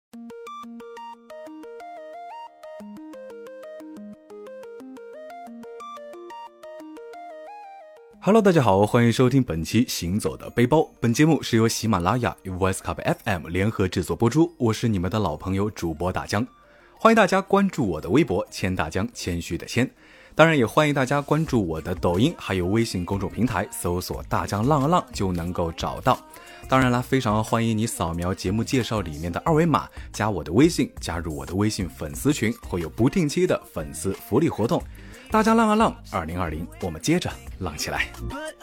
Hello， 大家好，欢迎收听本期行走的背包。本节目是由喜马拉雅与 Voice Cup FM 联合制作播出，我是你们的老朋友主播大江。欢迎大家关注我的微博谦大江，谦虚的谦。当然也欢迎大家关注我的抖音还有微信公众平台，搜索大江浪啊浪就能够找到。当然了，非常欢迎你扫描节目介绍里面的二维码，加我的微信，加入我的微信粉丝群，会有不定期的粉丝福利活动。大江浪啊浪2020，我们接着浪起来。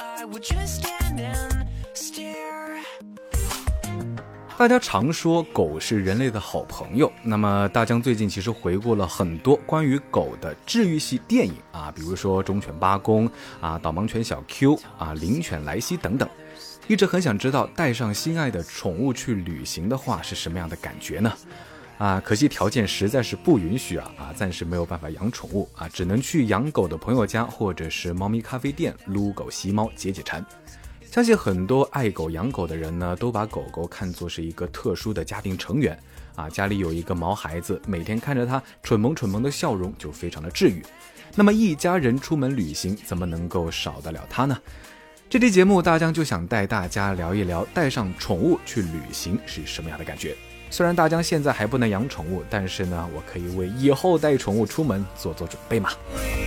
大家常说狗是人类的好朋友，那么大江最近其实回顾了很多关于狗的治愈系电影啊，比如说忠犬八公啊、导盲犬小 Q 啊、灵犬莱西等等，一直很想知道带上心爱的宠物去旅行的话是什么样的感觉呢？可惜条件实在是不允许暂时没有办法养宠物只能去养狗的朋友家或者是猫咪咖啡店撸狗吸猫解解馋。相信很多爱狗养狗的人呢，都把狗狗看作是一个特殊的家庭成员家里有一个毛孩子，每天看着它蠢萌蠢萌的笑容就非常的治愈。那么一家人出门旅行怎么能够少得了它呢？这期节目大江就想带大家聊一聊带上宠物去旅行是什么样的感觉。虽然大江现在还不能养宠物，但是呢，我可以为以后带宠物出门做准备嘛。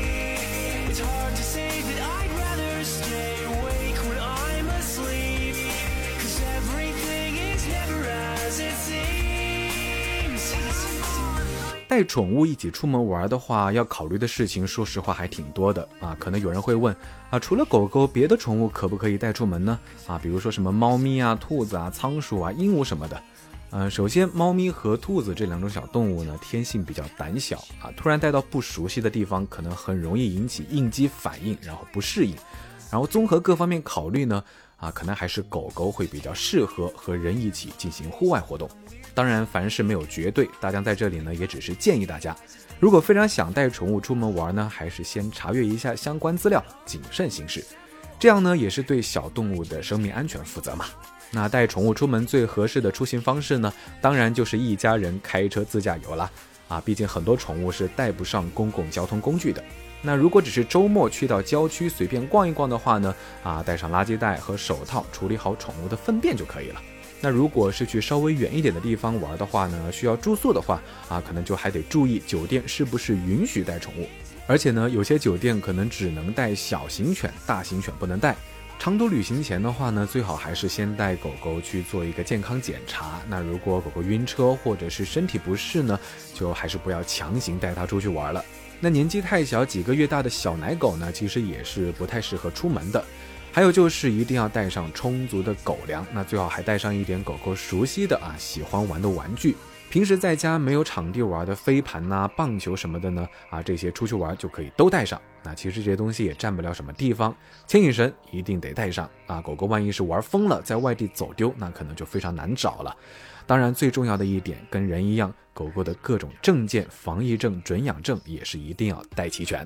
带宠物一起出门玩的话，要考虑的事情说实话还挺多的可能有人会问除了狗狗，别的宠物可不可以带出门呢？比如说什么猫咪兔子仓鼠鹦鹉什么的。首先猫咪和兔子这两种小动物呢，天性比较胆小突然带到不熟悉的地方，可能很容易引起应激反应，然后不适应。然后综合各方面考虑呢可能还是狗狗会比较适合和人一起进行户外活动。当然凡事没有绝对，大家在这里呢也只是建议大家，如果非常想带宠物出门玩呢，还是先查阅一下相关资料，谨慎行事，这样呢也是对小动物的生命安全负责嘛。那带宠物出门最合适的出行方式呢，当然就是一家人开车自驾游啦毕竟很多宠物是带不上公共交通工具的。那如果只是周末去到郊区随便逛一逛的话呢带上垃圾袋和手套，处理好宠物的粪便就可以了。那如果是去稍微远一点的地方玩的话呢，需要住宿的话可能就还得注意酒店是不是允许带宠物，而且呢有些酒店可能只能带小型犬，大型犬不能带。长途旅行前的话呢，最好还是先带狗狗去做一个健康检查。那如果狗狗晕车或者是身体不适呢，就还是不要强行带它出去玩了。那年纪太小几个月大的小奶狗呢，其实也是不太适合出门的。还有就是一定要带上充足的狗粮，那最好还带上一点狗狗熟悉的喜欢玩的玩具。平时在家没有场地玩的飞盘棒球什么的呢这些出去玩就可以都带上。那其实这些东西也占不了什么地方，牵引绳一定得带上狗狗万一是玩疯了，在外地走丢，那可能就非常难找了。当然最重要的一点，跟人一样，狗狗的各种证件、防疫证、准养证也是一定要带齐全。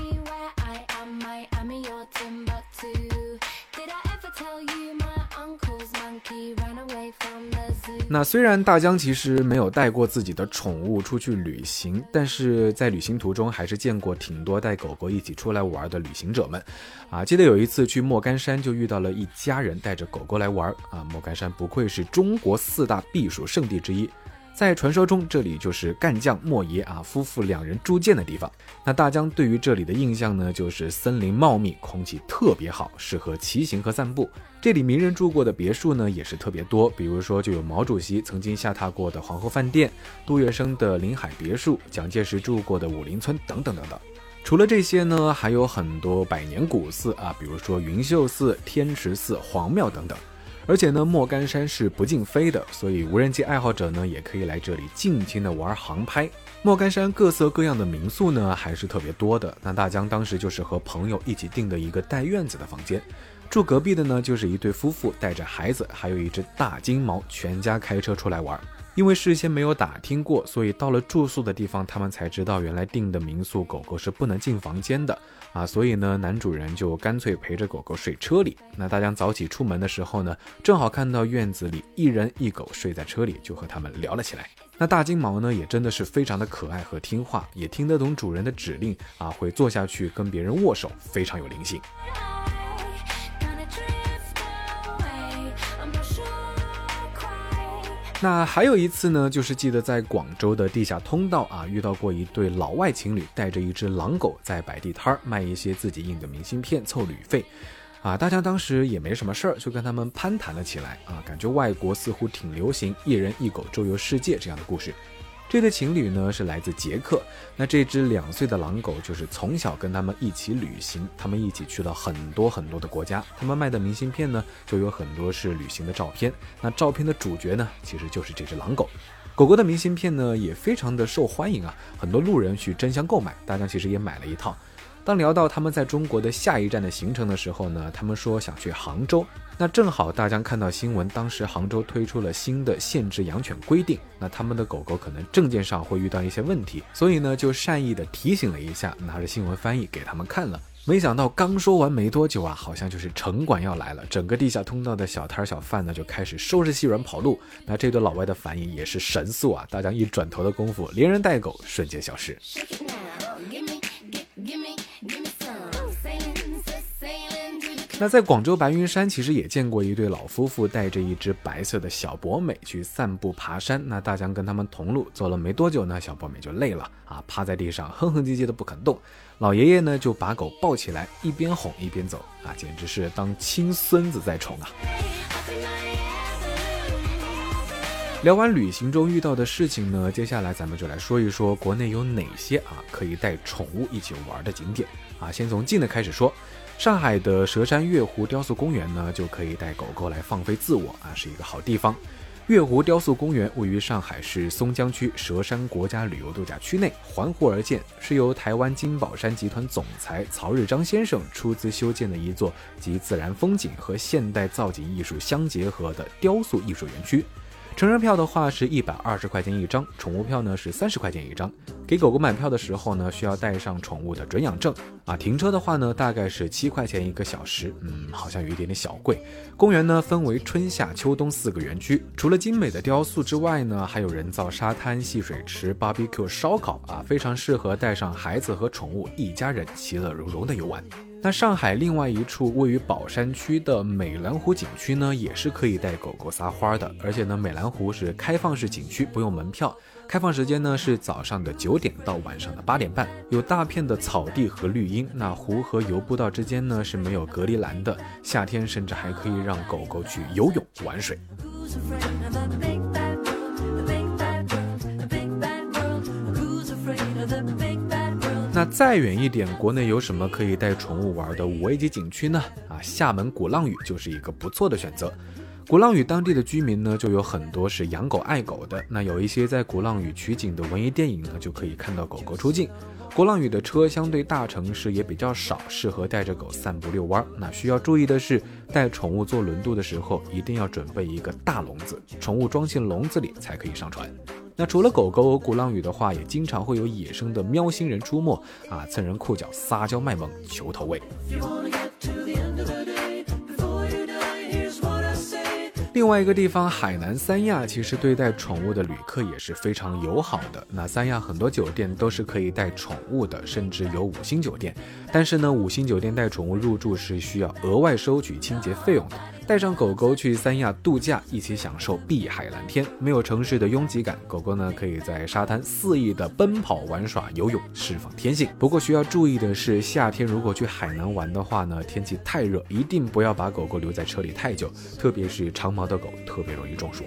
那虽然大江其实没有带过自己的宠物出去旅行，但是在旅行途中还是见过挺多带狗狗一起出来玩的旅行者们记得有一次去莫干山，就遇到了一家人带着狗狗来玩莫干山不愧是中国4大避暑胜地之一，在传说中这里就是干将莫爷夫妇2人铸剑的地方。那大江对于这里的印象呢，就是森林茂密，空气特别好，适合骑行和散步。这里名人住过的别墅呢也是特别多，比如说就有毛主席曾经下榻过的皇后饭店，杜月笙的临海别墅，蒋介石住过的武林村等等等等。除了这些呢，还有很多百年古寺比如说云秀寺、天池寺、黄庙等等。而且呢，莫干山是不禁飞的，所以无人机爱好者呢也可以来这里尽情的玩航拍。莫干山各色各样的民宿呢还是特别多的，那大江当时就是和朋友一起订的一个带院子的房间，住隔壁的呢就是一对夫妇带着孩子，还有一只大金毛，全家开车出来玩。 因为事先没有打听过，所以到了住宿的地方，他们才知道原来订的民宿狗狗是不能进房间的啊，所以呢，男主人就干脆陪着狗狗睡车里。那大江早起出门的时候呢，正好看到院子里一人一狗睡在车里，就和他们聊了起来。那大金毛呢，也真的是非常的可爱和听话，也听得懂主人的指令啊，会坐下去跟别人握手，非常有灵性。那还有一次呢，就是记得在广州的地下通道啊，遇到过一对老外情侣带着一只狼狗在摆地摊卖一些自己印的明信片凑旅费啊。大家当时也没什么事儿，就跟他们攀谈了起来啊，感觉外国似乎挺流行一人一狗周游世界这样的故事。这对情侣呢是来自捷克，那这只2岁的狼狗就是从小跟他们一起旅行，他们一起去了很多的国家，他们卖的明信片呢就有很多是旅行的照片，那照片的主角呢其实就是这只狼狗。狗狗的明信片呢也非常的受欢迎啊，很多路人去争相购买，大家其实也买了一套。当聊到他们在中国的下一站的行程的时候呢，他们说想去杭州。那正好大家看到新闻，当时杭州推出了新的限制养犬规定，那他们的狗狗可能证件上会遇到一些问题，所以呢就善意的提醒了一下，拿着新闻翻译给他们看了。没想到刚说完没多久啊，好像就是城管要来了，整个地下通道的小摊小贩呢就开始收拾细软跑路。那这对老外的反应也是神速啊，大家一转头的功夫，连人带狗瞬间消失。那在广州白云山其实也见过一对老夫妇带着一只白色的小博美去散步爬山，那大江跟他们同路，走了没多久呢，小博美就累了啊，趴在地上哼哼唧唧的不肯动。老爷爷呢就把狗抱起来，一边哄一边走啊，简直是当亲孙子在宠啊。聊完旅行中遇到的事情呢，接下来咱们就来说一说国内有哪些可以带宠物一起玩的景点啊。先从近的开始说，上海的佘山月湖雕塑公园呢，就可以带狗狗来放飞自我啊，是一个好地方。月湖雕塑公园位于上海市松江区佘山国家旅游度假区内，环湖而建，是由台湾金宝山集团总裁曹日章先生出资修建的一座集自然风景和现代造景艺术相结合的雕塑艺术园区。成人票的话是120块钱一张，宠物票呢是30块钱一张。给狗狗买票的时候呢，需要带上宠物的准养证啊。停车的话呢，大概是7块钱1个小时，好像有一点点小贵。公园呢分为春夏秋冬4个园区，除了精美的雕塑之外呢，还有人造沙滩、戏水池、barbecue 烧烤啊，非常适合带上孩子和宠物一家人其乐融融的游玩。那上海另外一处位于宝山区的美兰湖景区呢，也是可以带狗狗撒欢的，而且呢，美兰湖是开放式景区，不用门票，开放时间呢是早上的9点到晚上的8点半，有大片的草地和绿荫，那湖和游步道之间呢是没有隔离栏的，夏天甚至还可以让狗狗去游泳玩水。那再远一点，国内有什么可以带宠物玩的5A级景区呢？厦门鼓浪屿就是一个不错的选择。鼓浪屿当地的居民呢，就有很多是养狗爱狗的，那有一些在鼓浪屿取景的文艺电影呢，就可以看到狗狗出镜。鼓浪屿的车相对大城市也比较少，适合带着狗散步遛弯。那需要注意的是，带宠物坐轮渡的时候，一定要准备一个大笼子，宠物装进笼子里才可以上船。那除了狗狗，鼓浪屿的话也经常会有野生的喵星人出没蹭人裤脚、撒娇卖萌、求投喂。另外一个地方海南三亚，其实对待宠物的旅客也是非常友好的。那三亚很多酒店都是可以带宠物的，甚至有5星酒店。但是呢，5星酒店带宠物入住是需要额外收取清洁费用的。带上狗狗去三亚度假，一起享受碧海蓝天，没有城市的拥挤感，狗狗呢可以在沙滩肆意的奔跑玩耍游泳，释放天性。不过需要注意的是，夏天如果去海南玩的话呢，天气太热，一定不要把狗狗留在车里太久，特别是长毛的狗特别容易中暑。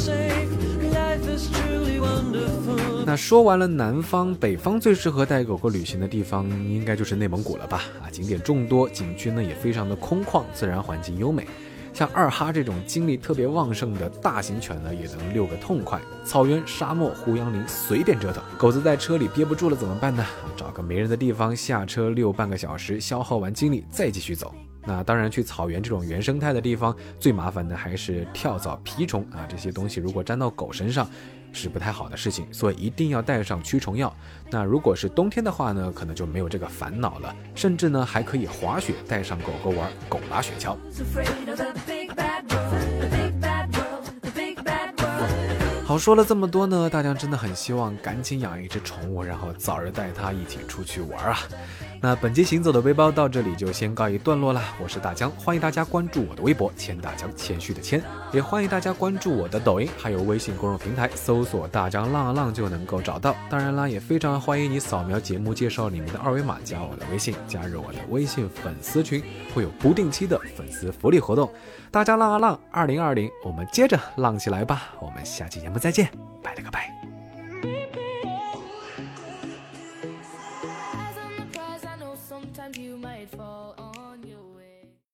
那说完了南方，北方最适合带狗狗旅行的地方应该就是内蒙古了吧？景点众多，景区呢也非常的空旷，自然环境优美。像二哈这种精力特别旺盛的大型犬呢，也能遛个痛快。草原、沙漠、胡杨林随便折腾。狗子在车里憋不住了怎么办呢？找个没人的地方下车遛半个小时，消耗完精力再继续走。 那当然去草原这种原生态的地方，最麻烦的还是跳蚤、蜱虫啊，这些东西如果粘到狗身上是不太好的事情，所以一定要带上驱虫药。那如果是冬天的话呢，可能就没有这个烦恼了，甚至呢还可以滑雪，带上狗狗玩狗拉雪橇。好，说了这么多呢，大家真的很希望赶紧养一只宠物，然后早日带它一起出去玩啊。那本期行走的背包到这里就先告一段落了，我是大江，欢迎大家关注我的微博谦大江，谦虚的谦，也欢迎大家关注我的抖音还有微信公众平台，搜索大江浪啊浪就能够找到。当然啦，也非常欢迎你扫描节目介绍里面的二维码，加我的微信，加入我的微信粉丝群，会有不定期的粉丝福利活动。大江浪啊浪2020，我们接着浪起来吧，我们下期节目再见，拜了个拜。